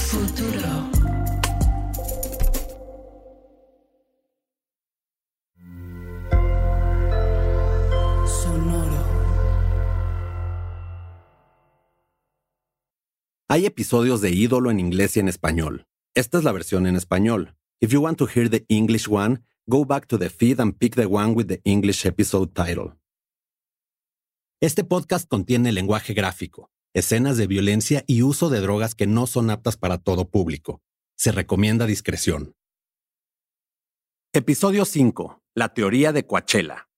Futuro. Sonoro. Hay episodios de Ídolo en inglés y en español. Esta es la versión en español. If you want to hear the English one, go back to the feed and pick the one with the English episode title. Este podcast contiene lenguaje gráfico, escenas de violencia y uso de drogas que no son aptas para todo público. Se recomienda discreción. Episodio 5. La teoría de Coachella.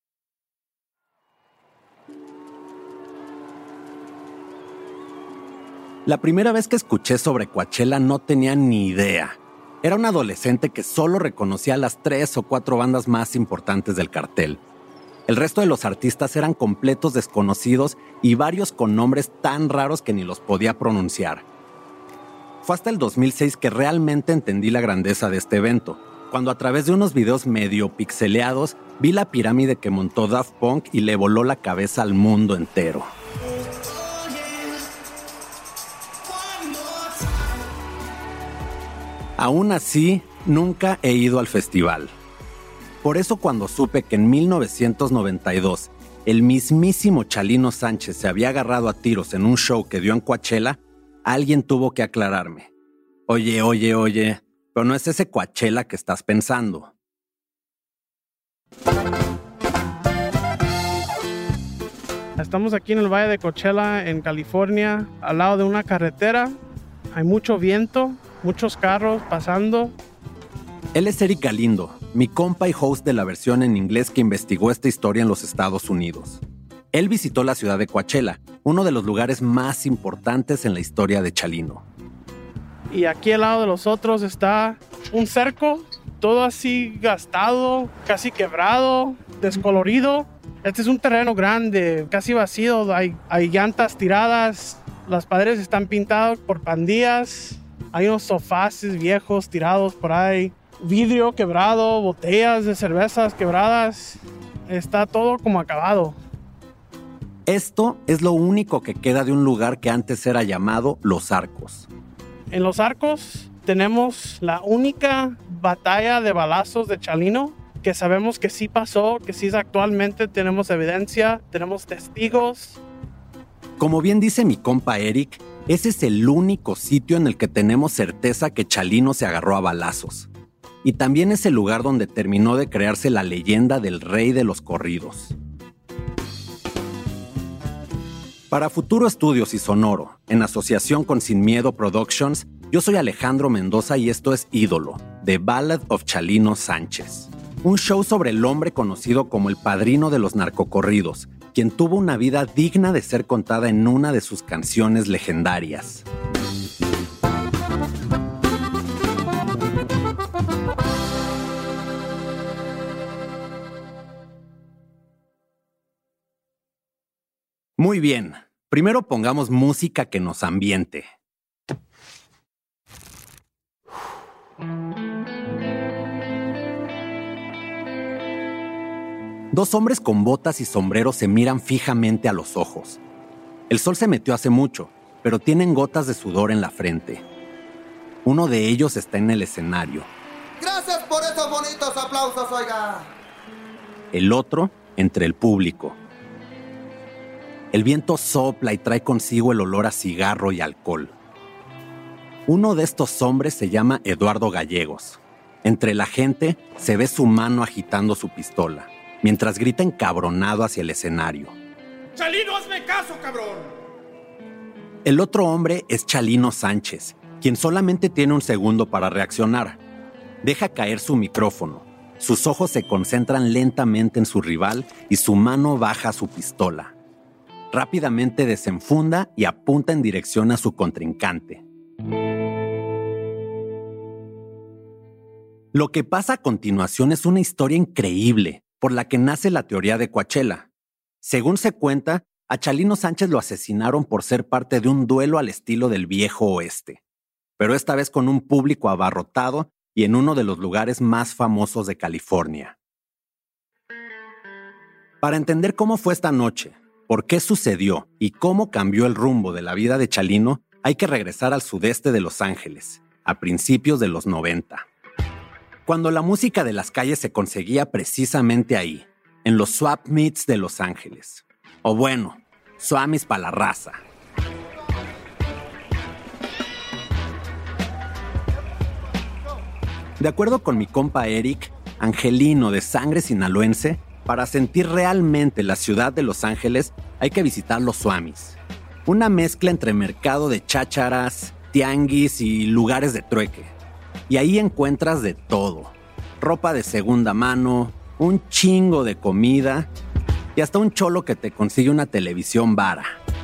La primera vez que escuché sobre Coachella no tenía ni idea. Era un adolescente que solo reconocía las 3 o 4 bandas más importantes del cartel. El resto de los artistas eran completos desconocidos y varios con nombres tan raros que ni los podía pronunciar. Fue hasta el 2006 que realmente entendí la grandeza de este evento, cuando a través de unos videos medio pixeleados vi la pirámide que montó Daft Punk y le voló la cabeza al mundo entero. Aún así, nunca he ido al festival. Por eso cuando supe que en 1992 el mismísimo Chalino Sánchez se había agarrado a tiros en un show que dio en Coachella, alguien tuvo que aclararme. Oye, pero no es ese Coachella que estás pensando. Estamos aquí en el Valle de Coachella, en California, al lado de una carretera. Hay mucho viento, muchos carros pasando. Él es Eric Galindo, mi compa y host de la versión en inglés que investigó esta historia en los Estados Unidos. Él visitó la ciudad de Coachella, uno de los lugares más importantes en la historia de Chalino. Y aquí al lado de nosotros está un cerco, todo así gastado, casi quebrado, descolorido. Este es un terreno grande, casi vacío, hay llantas tiradas, las paredes están pintadas por pandillas, hay unos sofás viejos tirados por ahí. Vidrio quebrado, botellas de cervezas quebradas, está todo como acabado. Esto es lo único que queda de un lugar que antes era llamado Los Arcos. En Los Arcos tenemos la única batalla de balazos de Chalino, que sabemos que sí pasó, que sí actualmente tenemos evidencia, tenemos testigos. Como bien dice mi compa Eric, ese es el único sitio en el que tenemos certeza que Chalino se agarró a balazos. Y también es el lugar donde terminó de crearse la leyenda del rey de los corridos. Para Futuro Estudios y Sonoro, en asociación con Sin Miedo Productions, yo soy Alejandro Mendoza y esto es Ídolo, The Ballad of Chalino Sánchez. Un show sobre el hombre conocido como el padrino de los narcocorridos, quien tuvo una vida digna de ser contada en una de sus canciones legendarias. Muy bien, primero pongamos música que nos ambiente. Dos hombres con botas y sombreros se miran fijamente a los ojos. El sol se metió hace mucho, pero tienen gotas de sudor en la frente. Uno de ellos está en el escenario. ¡Gracias por esos bonitos aplausos, oiga! El otro, entre el público. El viento sopla y trae consigo el olor a cigarro y alcohol. Uno de estos hombres se llama Eduardo Gallegos. Entre la gente se ve su mano agitando su pistola, mientras grita encabronado hacia el escenario. ¡Chalino, hazme caso, cabrón! El otro hombre es Chalino Sánchez, quien solamente tiene un segundo para reaccionar. Deja caer su micrófono. Sus ojos se concentran lentamente en su rival y su mano baja su pistola. Rápidamente desenfunda y apunta en dirección a su contrincante. Lo que pasa a continuación es una historia increíble, por la que nace la teoría de Coachella. Según se cuenta, a Chalino Sánchez lo asesinaron por ser parte de un duelo al estilo del viejo oeste, pero esta vez con un público abarrotado y en uno de los lugares más famosos de California. Para entender cómo fue esta noche, por qué sucedió y cómo cambió el rumbo de la vida de Chalino, hay que regresar al sudeste de Los Ángeles, a principios de los 90. Cuando la música de las calles se conseguía precisamente ahí, en los swap meets de Los Ángeles. O bueno, swamis para la raza. De acuerdo con mi compa Eric, angelino de sangre sinaloense, para sentir realmente la ciudad de Los Ángeles hay que visitar los swamis. Una mezcla entre mercado de chácharas, tianguis y lugares de trueque. Y ahí encuentras de todo. Ropa de segunda mano, un chingo de comida y hasta un cholo que te consigue una televisión vara.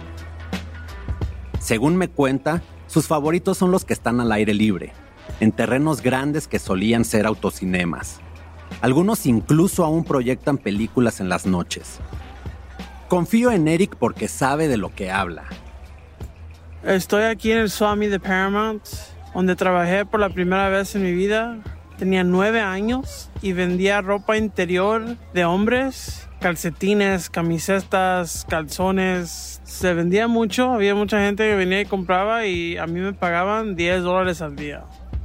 Según me cuenta, sus favoritos son los que están al aire libre, en terrenos grandes que solían ser autocinemas. Algunos incluso aún proyectan películas en las noches. Confío en Eric porque sabe de lo que habla. Estoy aquí en el Swami de Paramount, donde trabajé por la primera vez en mi vida. Tenía 9 años y vendía ropa interior de hombres, calcetines, camisetas, calzones. Se vendía mucho, había mucha gente que venía y compraba y a mí me pagaban $10 al día.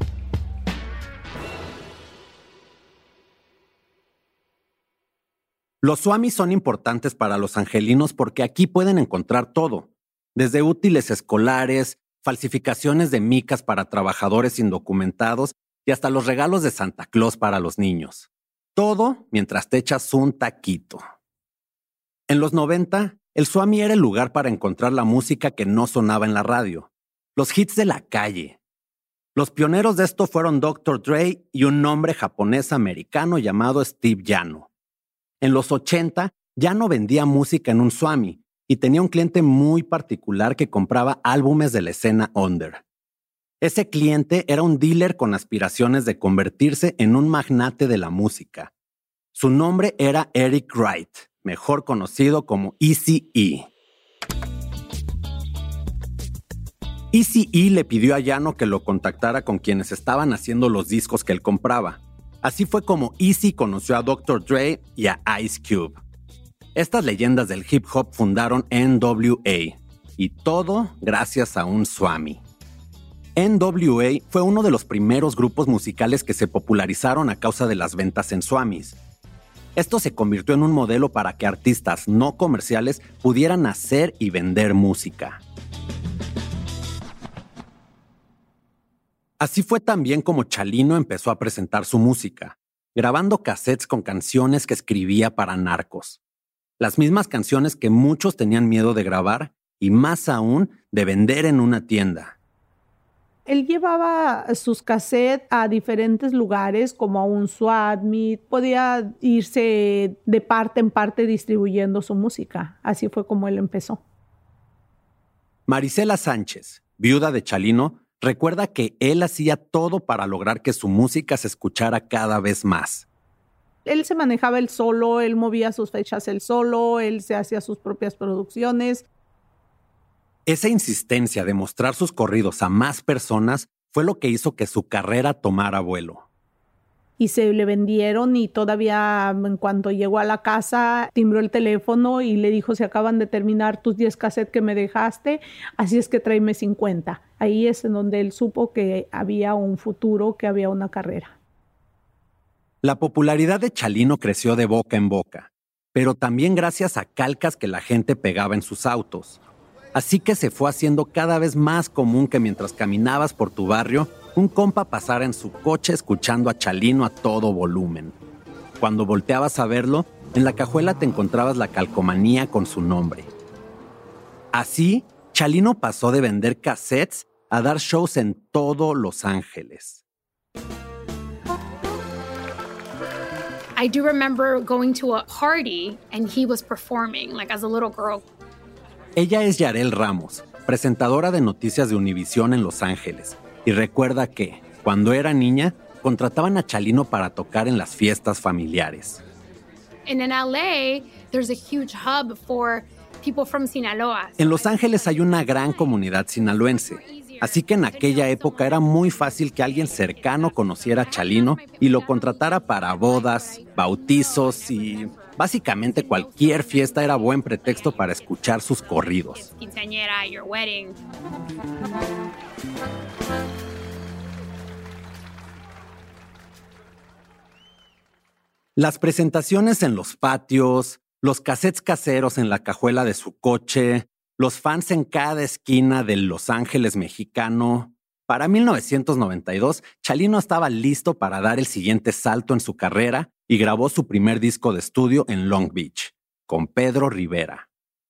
Los swamis son importantes para los angelinos porque aquí pueden encontrar todo, desde útiles escolares, falsificaciones de micas para trabajadores indocumentados y hasta los regalos de Santa Claus para los niños. Todo mientras te echas un taquito. En los 90, el swami era el lugar para encontrar la música que no sonaba en la radio, los hits de la calle. Los pioneros de esto fueron Dr. Dre y un hombre japonés-americano llamado Steve Yano. En los 80, Yano vendía música en un swami y tenía un cliente muy particular que compraba álbumes de la escena under. Ese cliente era un dealer con aspiraciones de convertirse en un magnate de la música. Su nombre era Eric Wright, mejor conocido como Eazy-E. Eazy-E le pidió a Yano que lo contactara con quienes estaban haciendo los discos que él compraba. Así fue como Eazy conoció a Dr. Dre y a Ice Cube. Estas leyendas del hip hop fundaron NWA, y todo gracias a un swami. NWA fue uno de los primeros grupos musicales que se popularizaron a causa de las ventas en swamis. Esto se convirtió en un modelo para que artistas no comerciales pudieran hacer y vender música. Así fue también como Chalino empezó a presentar su música, grabando cassettes con canciones que escribía para narcos. Las mismas canciones que muchos tenían miedo de grabar y más aún de vender en una tienda. Él llevaba sus cassettes a diferentes lugares, como a un swap meet. Podía irse de parte en parte distribuyendo su música. Así fue como él empezó. Marisela Sánchez, viuda de Chalino, recuerda que él hacía todo para lograr que su música se escuchara cada vez más. Él se manejaba él solo, él movía sus fechas él solo, él se hacía sus propias producciones. Esa insistencia de mostrar sus corridos a más personas fue lo que hizo que su carrera tomara vuelo. Y se le vendieron y todavía en cuanto llegó a la casa timbró el teléfono y le dijo: se acaban de terminar tus 10 cassettes que me dejaste, así es que tráeme 50. Ahí es en donde él supo que había un futuro, que había una carrera. La popularidad de Chalino creció de boca en boca, pero también gracias a calcas que la gente pegaba en sus autos. Así que se fue haciendo cada vez más común que mientras caminabas por tu barrio, un compa pasara en su coche escuchando a Chalino a todo volumen. Cuando volteabas a verlo, en la cajuela te encontrabas la calcomanía con su nombre. Así, Chalino pasó de vender cassettes a dar shows en todo Los Ángeles. I do remember going to a party and he was performing, like as a little girl. Ella es Yarel Ramos, presentadora de noticias de Univisión en Los Ángeles, y recuerda que, cuando era niña, contrataban a Chalino para tocar en las fiestas familiares. And in LA, there's a huge hub for people from Sinaloa. En Los Ángeles hay una gran comunidad sinaloense, así que en aquella época era muy fácil que alguien cercano conociera a Chalino y lo contratara para bodas, bautizos y Básicamente cualquier fiesta era buen pretexto para escuchar sus corridos. Quinceañera, your wedding. Las presentaciones en los patios, los cassettes caseros en la cajuela de su coche, los fans en cada esquina del Los Ángeles mexicano. Para 1992, Chalino estaba listo para dar el siguiente salto en su carrera y grabó su primer disco de estudio en Long Beach, con Pedro Rivera.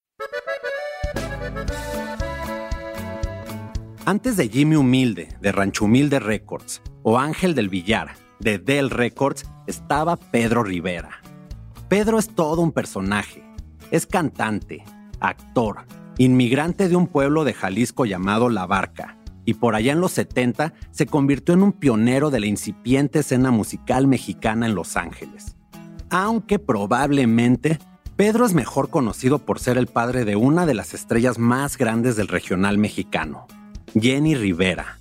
Antes de Jimmy Humilde, de Rancho Humilde Records, o Ángel del Villar, de Del Records, estaba Pedro Rivera. Pedro es todo un personaje. Es cantante, actor, inmigrante de un pueblo de Jalisco llamado La Barca, y por allá en los 70 se convirtió en un pionero de la incipiente escena musical mexicana en Los Ángeles. Aunque probablemente Pedro es mejor conocido por ser el padre de una de las estrellas más grandes del regional mexicano, Jenny Rivera.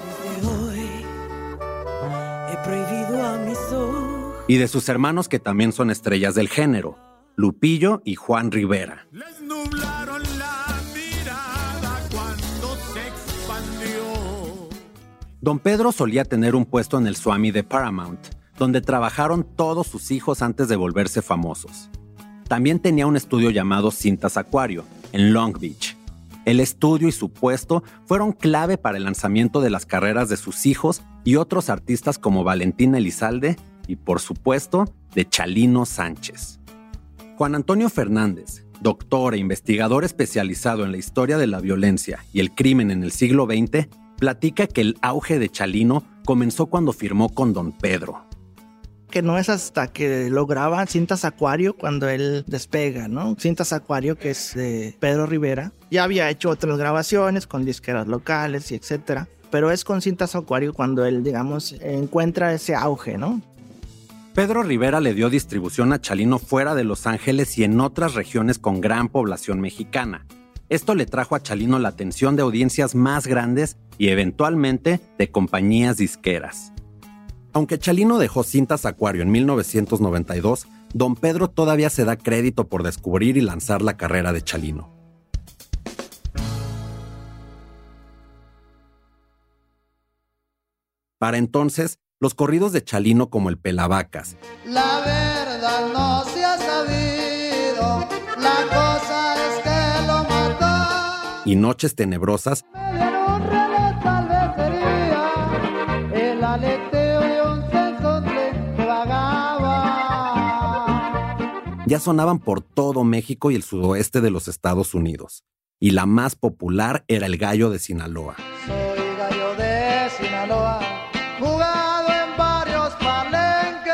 Y de sus hermanos que también son estrellas del género, Lupillo y Juan Rivera. Les nublaron la mirada cuando se expandió. Don Pedro solía tener un puesto en el Swami de Paramount, donde trabajaron todos sus hijos antes de volverse famosos. También tenía un estudio llamado Cintas Acuario, en Long Beach. El estudio y su puesto fueron clave para el lanzamiento de las carreras de sus hijos y otros artistas como Valentín Elizalde y, por supuesto, de Chalino Sánchez. Juan Antonio Fernández, doctor e investigador especializado en la historia de la violencia y el crimen en el siglo XX, platica que el auge de Chalino comenzó cuando firmó con Don Pedro. Que no es hasta que lo graban Cintas Acuario cuando él despega, ¿no? Cintas Acuario, que es de Pedro Rivera. Ya había hecho otras grabaciones con disqueras locales y etcétera, pero es con Cintas Acuario cuando él, digamos, encuentra ese auge, ¿no? Pedro Rivera le dio distribución a Chalino fuera de Los Ángeles y en otras regiones con gran población mexicana. Esto le trajo a Chalino la atención de audiencias más grandes y eventualmente de compañías disqueras. Aunque Chalino dejó Cintas Acuario en 1992, Don Pedro todavía se da crédito por descubrir y lanzar la carrera de Chalino. Para entonces, los corridos de Chalino como el Pelavacas, La verdad no se ha sabido, la cosa es que lo mató. y Noches Tenebrosas Me dieron un reloj, tal vez sería el aleteo de un sensontle que vagaba. ya sonaban por todo México y el sudoeste de los Estados Unidos. Y la más popular era El Gallo de Sinaloa. Soy gallo de Sinaloa, jugado en varios palenques.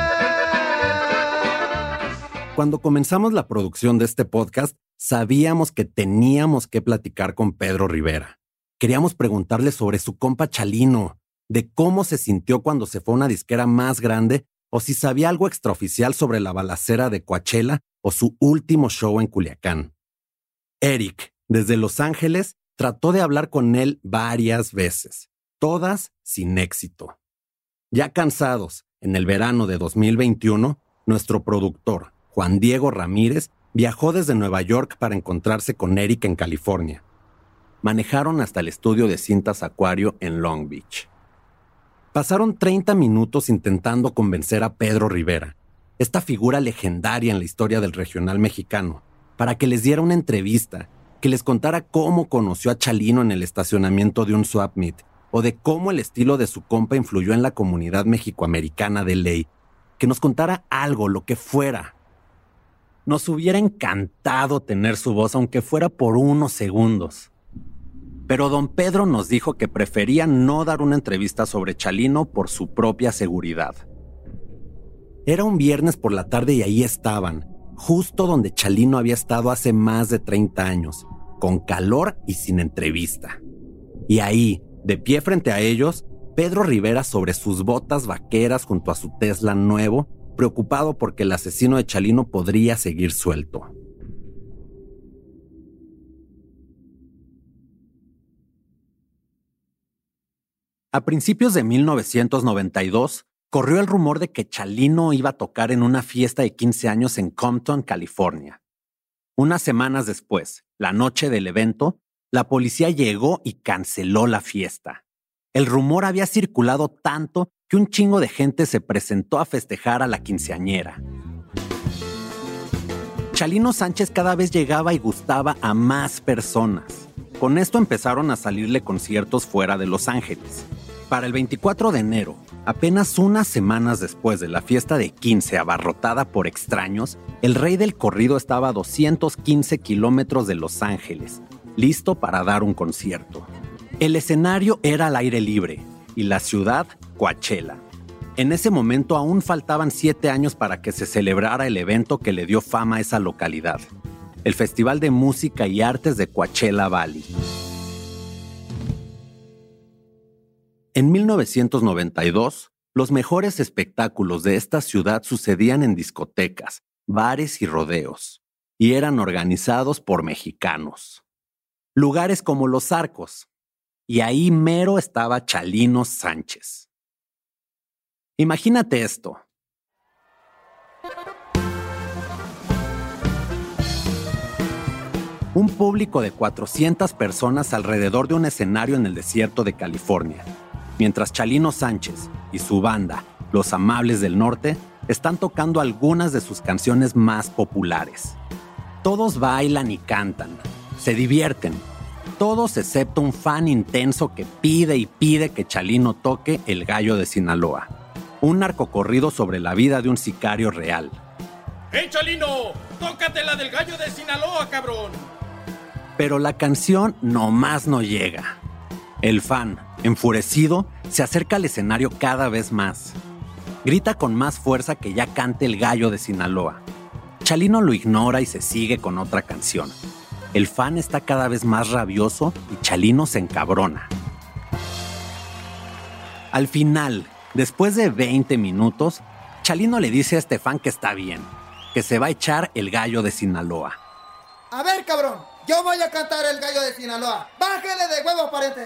Cuando comenzamos la producción de este podcast, sabíamos que teníamos que platicar con Pedro Rivera. Queríamos preguntarle sobre su compa Chalino, de cómo se sintió cuando se fue a una disquera más grande o si sabía algo extraoficial sobre la balacera de Coachella o su último show en Culiacán. Eric, desde Los Ángeles, trató de hablar con él varias veces, todas sin éxito. Ya cansados, en el verano de 2021, nuestro productor, Juan Diego Ramírez, viajó desde Nueva York para encontrarse con Eric en California. Manejaron hasta el estudio de Cintas Acuario en Long Beach. Pasaron 30 minutos intentando convencer a Pedro Rivera, esta figura legendaria en la historia del regional mexicano, para que les diera una entrevista, que les contara cómo conoció a Chalino en el estacionamiento de un swap meet, o de cómo el estilo de su compa influyó en la comunidad mexicoamericana de LA, que nos contara algo, lo que fuera. Nos hubiera encantado tener su voz, aunque fuera por unos segundos. Pero don Pedro nos dijo que prefería no dar una entrevista sobre Chalino por su propia seguridad. Era un viernes por la tarde y ahí estaban, justo donde Chalino había estado hace más de 30 años, con calor y sin entrevista. Y ahí, de pie frente a ellos, Pedro Rivera sobre sus botas vaqueras junto a su Tesla nuevo, preocupado porque el asesino de Chalino podría seguir suelto. A principios de 1992, corrió el rumor de que Chalino iba a tocar en una fiesta de 15 años en Compton, California. Unas semanas después, la noche del evento, la policía llegó y canceló la fiesta. El rumor había circulado tanto que un chingo de gente se presentó a festejar a la quinceañera. Chalino Sánchez cada vez llegaba y gustaba a más personas. Con esto empezaron a salirle conciertos fuera de Los Ángeles. Para el 24 de enero, apenas unas semanas después de la fiesta de 15 abarrotada por extraños, el rey del corrido estaba a 215 kilómetros de Los Ángeles, listo para dar un concierto. El escenario era al aire libre y la ciudad, Coachella. En ese momento aún faltaban 7 años para que se celebrara el evento que le dio fama a esa localidad, el Festival de Música y Artes de Coachella Valley. En 1992, los mejores espectáculos de esta ciudad sucedían en discotecas, bares y rodeos, y eran organizados por mexicanos. Lugares como Los Arcos, y ahí mero estaba Chalino Sánchez. Imagínate esto. Un público de 400 personas alrededor de un escenario en el desierto de California, mientras Chalino Sánchez y su banda, Los Amables del Norte, están tocando algunas de sus canciones más populares. Todos bailan y cantan, se divierten, todos excepto un fan intenso que pide y pide que Chalino toque El Gallo de Sinaloa, un narcocorrido sobre la vida de un sicario real. ¡Hey, Chalino! ¡Tócate la del Gallo de Sinaloa, cabrón! Pero la canción nomás no llega. El fan, enfurecido, se acerca al escenario cada vez más. Grita con más fuerza que ya cante El Gallo de Sinaloa. Chalino lo ignora y se sigue con otra canción. El fan está cada vez más rabioso y Chalino se encabrona. Al final, después de 20 minutos, Chalino le dice a este fan que está bien, que se va a echar El Gallo de Sinaloa. A ver, cabrón, yo voy a cantar El Gallo de Sinaloa. ¡Bájale de huevos, pariente!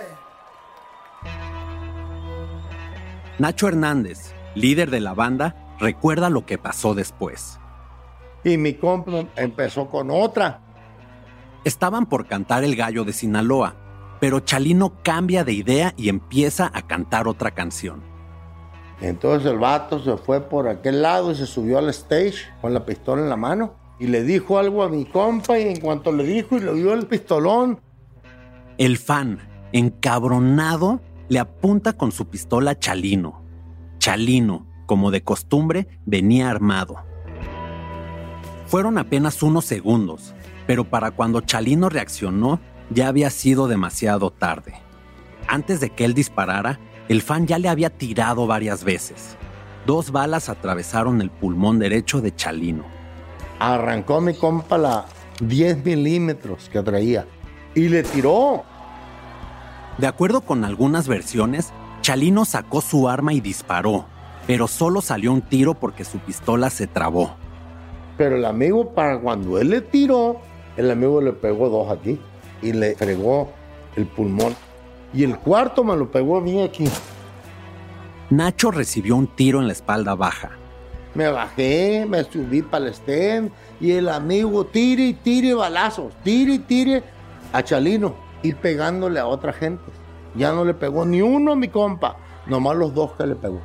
Nacho Hernández, líder de la banda, recuerda lo que pasó después. Y mi compa empezó con otra. Estaban por cantar El Gallo de Sinaloa, pero Chalino cambia de idea y empieza a cantar otra canción. Entonces el vato se fue por aquel lado y se subió al stage con la pistola en la mano y le dijo algo a mi compa y en cuanto le dijo y le dio el pistolón. El fan, encabronado, le apunta con su pistola a Chalino. Chalino, como de costumbre, venía armado. Fueron apenas unos segundos, pero para cuando Chalino reaccionó, ya había sido demasiado tarde. Antes de que él disparara, el fan ya le había tirado varias veces. 2 balas atravesaron el pulmón derecho de Chalino. Arrancó mi compa la 10 milímetros que traía y le tiró. De acuerdo con algunas versiones, Chalino sacó su arma y disparó, pero solo salió un tiro porque su pistola se trabó. Pero el amigo, para cuando él le tiró, el amigo le pegó 2 aquí y le fregó el pulmón. Y el cuarto me lo pegó a mí aquí. Nacho recibió un tiro en la espalda baja. Me bajé, me subí para el stand y el amigo tire y tire balazos, tire y tire a Chalino y pegándole a otra gente. Ya no le pegó ni uno a mi compa, nomás los 2 que le pegó.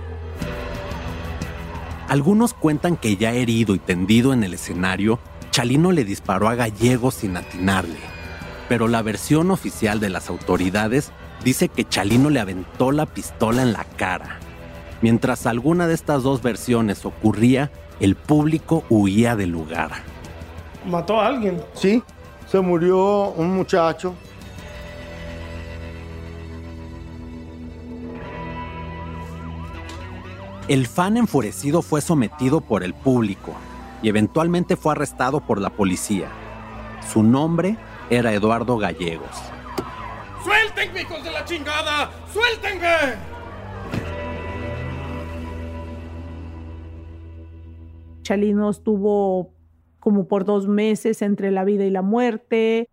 Algunos cuentan que ya herido y tendido en el escenario, Chalino le disparó a Gallegos sin atinarle. Pero la versión oficial de las autoridades dice que Chalino le aventó la pistola en la cara. Mientras alguna de estas 2 versiones ocurría, el público huía del lugar. ¿Mató a alguien? Sí, se murió un muchacho. El fan enfurecido fue sometido por el público y eventualmente fue arrestado por la policía. Su nombre era Eduardo Gallegos. ¡Suéltenme, hijos de la chingada! ¡Suéltenme! Chalino estuvo como por 2 meses entre la vida y la muerte.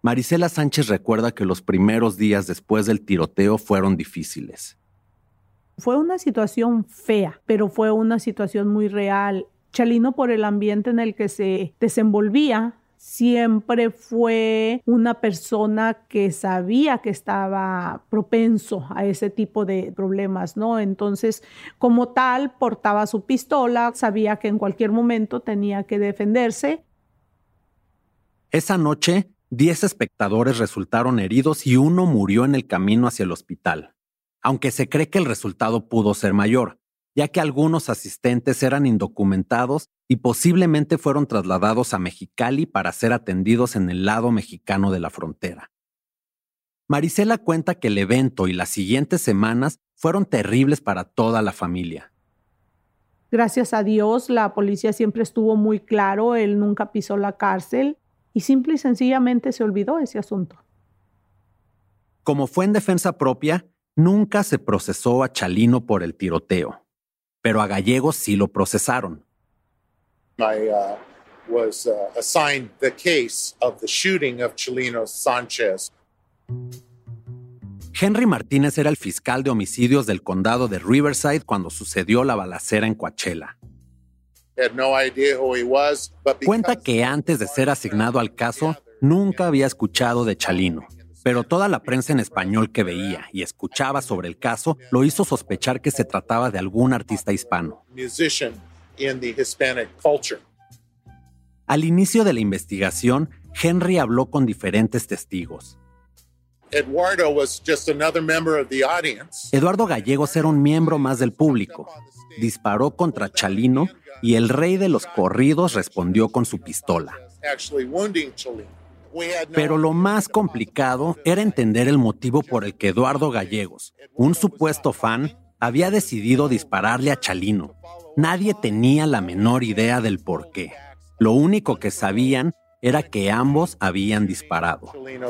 Marisela Sánchez recuerda que los primeros días después del tiroteo fueron difíciles. Fue una situación fea, pero fue una situación muy real. Chalino, por el ambiente en el que se desenvolvía, siempre fue una persona que sabía que estaba propenso a ese tipo de problemas, ¿no? Entonces, como tal, portaba su pistola, sabía que en cualquier momento tenía que defenderse. Esa noche, 10 espectadores resultaron heridos y 1 murió en el camino hacia el hospital, aunque se cree que el resultado pudo ser mayor, ya que algunos asistentes eran indocumentados y posiblemente fueron trasladados a Mexicali para ser atendidos en el lado mexicano de la frontera. Marisela cuenta que el evento y las siguientes semanas fueron terribles para toda la familia. Gracias a Dios, la policía siempre estuvo muy claro, él nunca pisó la cárcel y simple y sencillamente se olvidó ese asunto. Como fue en defensa propia, nunca se procesó a Chalino por el tiroteo. Pero a Gallegos sí lo procesaron. I was assigned the case of the shooting of Chalino Sanchez. Henry Martínez era el fiscal de homicidios del condado de Riverside cuando sucedió la balacera en Coachella. Cuenta que antes de ser asignado al caso, nunca había escuchado de Chalino. Pero toda la prensa en español que veía y escuchaba sobre el caso lo hizo sospechar que se trataba de algún artista hispano. Al inicio de la investigación, Henry habló con diferentes testigos. Eduardo Gallegos era un miembro más del público. Disparó contra Chalino y el rey de los corridos respondió con su pistola. Pero lo más complicado era entender el motivo por el que Eduardo Gallegos, un supuesto fan, había decidido dispararle a Chalino. Nadie tenía la menor idea del por qué. Lo único que sabían era que ambos habían disparado.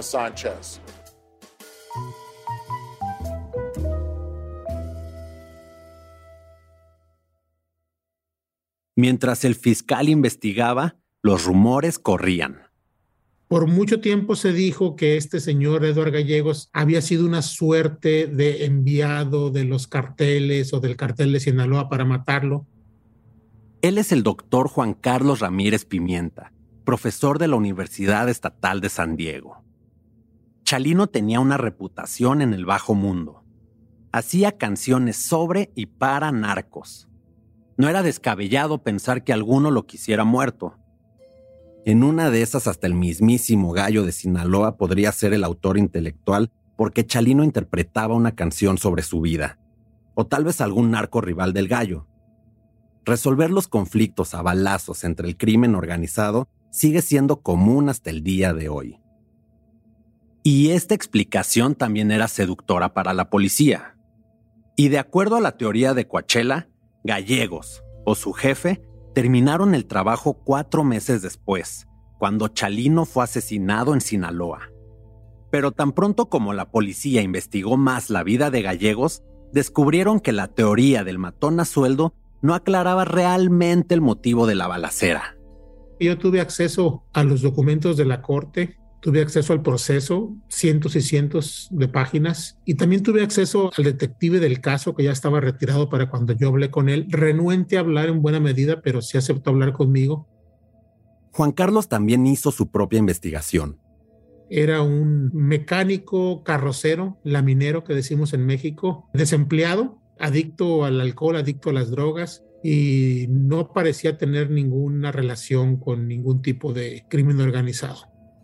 Mientras el fiscal investigaba, los rumores corrían. Por mucho tiempo se dijo que este señor Eduardo Gallegos había sido una suerte de enviado de los carteles o del cartel de Sinaloa para matarlo. Él es el doctor Juan Carlos Ramírez Pimienta, profesor de la Universidad Estatal de San Diego. Chalino tenía una reputación en el bajo mundo. Hacía canciones sobre y para narcos. No era descabellado pensar que alguno lo quisiera muerto. En una de esas, hasta el mismísimo Gallo de Sinaloa podría ser el autor intelectual porque Chalino interpretaba una canción sobre su vida. O tal vez algún narco rival del Gallo. Resolver los conflictos a balazos entre el crimen organizado sigue siendo común hasta el día de hoy. Y esta explicación también era seductora para la policía. Y de acuerdo a la teoría de Coachella, Gallegos, o su jefe, terminaron el trabajo 4 meses después, cuando Chalino fue asesinado en Sinaloa. Pero tan pronto como la policía investigó más la vida de Gallegos, descubrieron que la teoría del matón a sueldo no aclaraba realmente el motivo de la balacera. Yo tuve acceso a los documentos de la corte, tuve acceso al proceso, cientos y cientos de páginas, y también tuve acceso al detective del caso que ya estaba retirado para cuando yo hablé con él, renuente a hablar en buena medida, pero sí aceptó hablar conmigo. Juan Carlos también hizo su propia investigación. Era un mecánico carrocero, laminero que decimos en México, desempleado, adicto al alcohol, adicto a las drogas, y no parecía tener ninguna relación con ningún tipo de crimen organizado.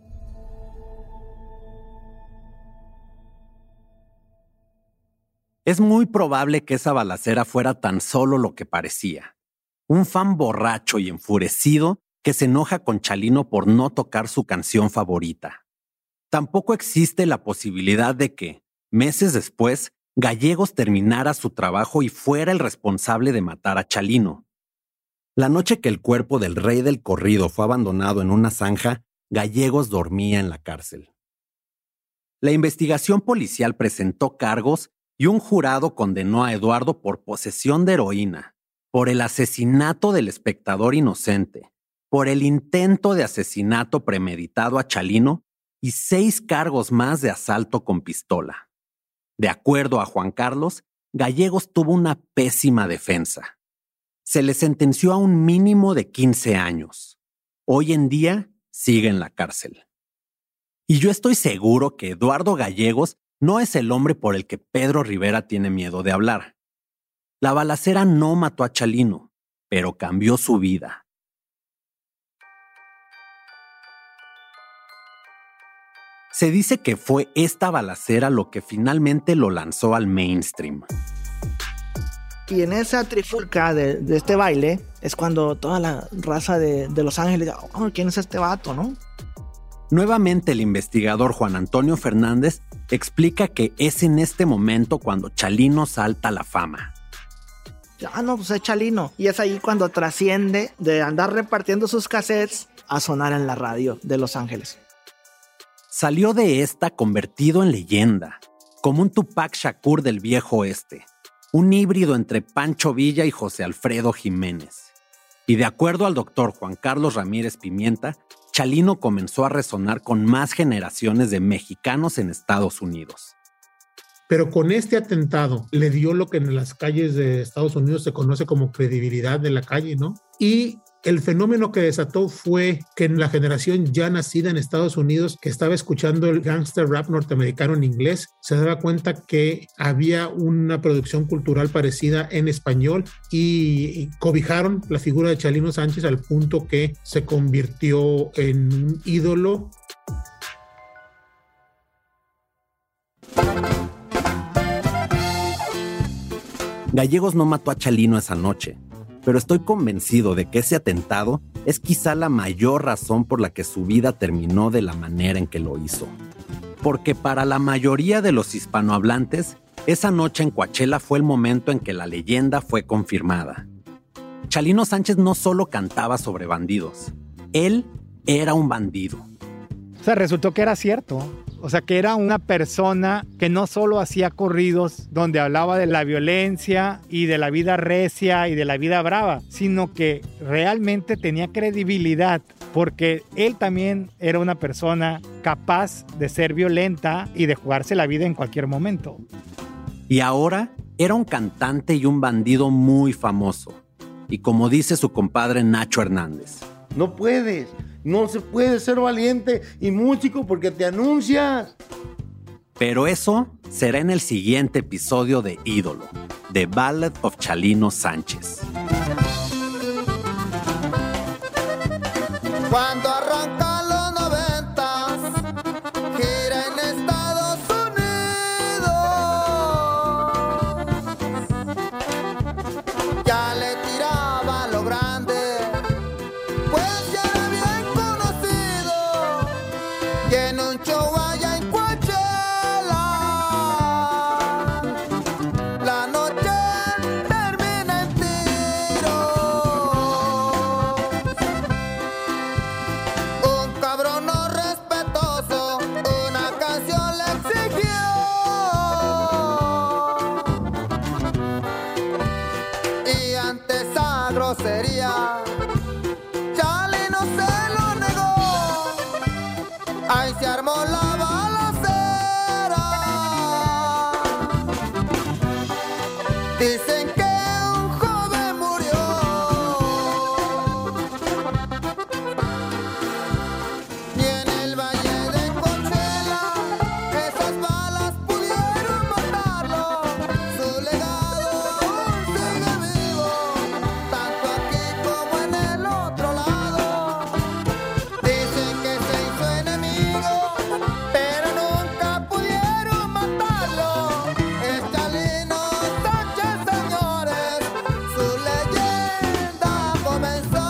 Es muy probable que esa balacera fuera tan solo lo que parecía. Un fan borracho y enfurecido que se enoja con Chalino por no tocar su canción favorita. Tampoco existe la posibilidad de que, meses después, Gallegos terminara su trabajo y fuera el responsable de matar a Chalino. La noche que el cuerpo del rey del corrido fue abandonado en una zanja, Gallegos dormía en la cárcel. La investigación policial presentó cargos y un jurado condenó a Eduardo por posesión de heroína, por el asesinato del espectador inocente, por el intento de asesinato premeditado a Chalino y 6 cargos más de asalto con pistola. De acuerdo a Juan Carlos, Gallegos tuvo una pésima defensa. Se le sentenció a un mínimo de 15 años. Hoy en día sigue en la cárcel. Y yo estoy seguro que Eduardo Gallegos no es el hombre por el que Pedro Rivera tiene miedo de hablar. La balacera no mató a Chalino, pero cambió su vida. Se dice que fue esta balacera lo que finalmente lo lanzó al mainstream. Y en esa trifulca de este baile es cuando toda la raza de Los Ángeles, oh, ¿quién es este vato, no? Nuevamente el investigador Juan Antonio Fernández explica que es en este momento cuando Chalino salta a la fama. No, pues es Chalino. Y es ahí cuando trasciende de andar repartiendo sus cassettes a sonar en la radio de Los Ángeles. Salió de esta convertido en leyenda, como un Tupac Shakur del viejo oeste, un híbrido entre Pancho Villa y José Alfredo Jiménez. Y de acuerdo al doctor Juan Carlos Ramírez Pimienta, Chalino comenzó a resonar con más generaciones de mexicanos en Estados Unidos. Pero con este atentado le dio lo que en las calles de Estados Unidos se conoce como credibilidad de la calle, ¿no? Y el fenómeno que desató fue que en la generación ya nacida en Estados Unidos, que estaba escuchando el gangster rap norteamericano en inglés, se daba cuenta que había una producción cultural parecida en español y cobijaron la figura de Chalino Sánchez al punto que se convirtió en un ídolo. Gallegos no mató a Chalino esa noche, pero estoy convencido de que ese atentado es quizá la mayor razón por la que su vida terminó de la manera en que lo hizo. Porque para la mayoría de los hispanohablantes, esa noche en Coachella fue el momento en que la leyenda fue confirmada. Chalino Sánchez no solo cantaba sobre bandidos, él era un bandido. O sea, resultó que era cierto. O sea, que era una persona que no solo hacía corridos donde hablaba de la violencia y de la vida recia y de la vida brava, sino que realmente tenía credibilidad porque él también era una persona capaz de ser violenta y de jugarse la vida en cualquier momento. Y ahora era un cantante y un bandido muy famoso. Y como dice su compadre Nacho Hernández, no se puede ser valiente y músico porque te anuncias. Pero eso será en el siguiente episodio de Ídolo, The Ballad of Chalino Sánchez. Cuando arrancan los 90s, gira en Estados Unidos. Ya le tiraba lo grande, pues ya era bien conocido. Tiene un show allá en Coachella. La noche termina en tiro. Un cabrón no respetuoso, una canción le exigió. Y ante esa grosería, Chalino se lo negó. Ahí se armó la balacera. Dicen que un joven murió. Y en el valle de Coachella, esas balas pudieron matarlo. Su legado aún sigue vivo, tanto aquí como en el otro lado. Dicen que se hizo enemigo, pero nunca pudieron matarlo. Es Chalino Sánchez, señores, su leyenda comenzó.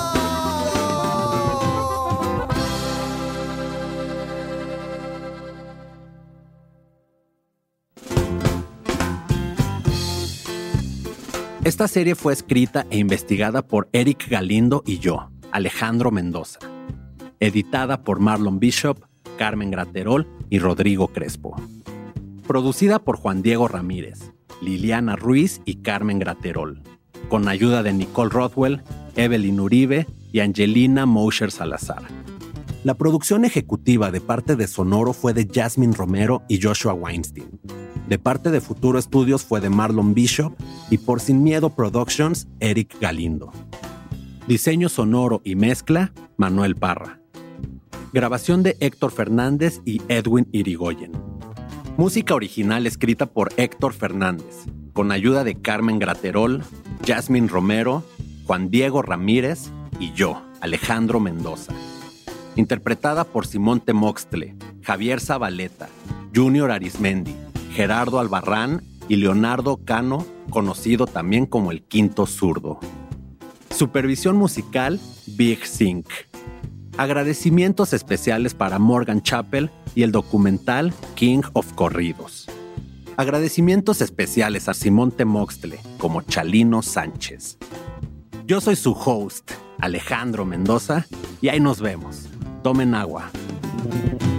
Esta serie fue escrita e investigada por Eric Galindo y yo, Alejandro Mendoza. Editada por Marlon Bishop, Carmen Graterol y Rodrigo Crespo. Producida por Juan Diego Ramírez, Liliana Ruiz y Carmen Graterol. Con ayuda de Nicole Rothwell, Evelyn Uribe y Angelina Mosher Salazar. La producción ejecutiva de parte de Sonoro fue de Jasmine Romero y Joshua Weinstein. De parte de Futuro Studios fue de Marlon Bishop y por Sin Miedo Productions, Eric Galindo. Diseño sonoro y mezcla, Manuel Parra. Grabación de Héctor Fernández y Edwin Irigoyen. Música original escrita por Héctor Fernández, con ayuda de Carmen Graterol, Jasmine Romero, Juan Diego Ramírez y yo, Alejandro Mendoza. Interpretada por Simón Temoxtle, Javier Zabaleta, Junior Arismendi, Gerardo Albarrán y Leonardo Cano, conocido también como el Quinto Zurdo. Supervisión musical, Big Sync. Agradecimientos especiales para Morgan Chappell y el documental King of Corridos. Agradecimientos especiales a Simón Temoxtle como Chalino Sánchez. Yo soy su host, Alejandro Mendoza, y ahí nos vemos. Tomen agua.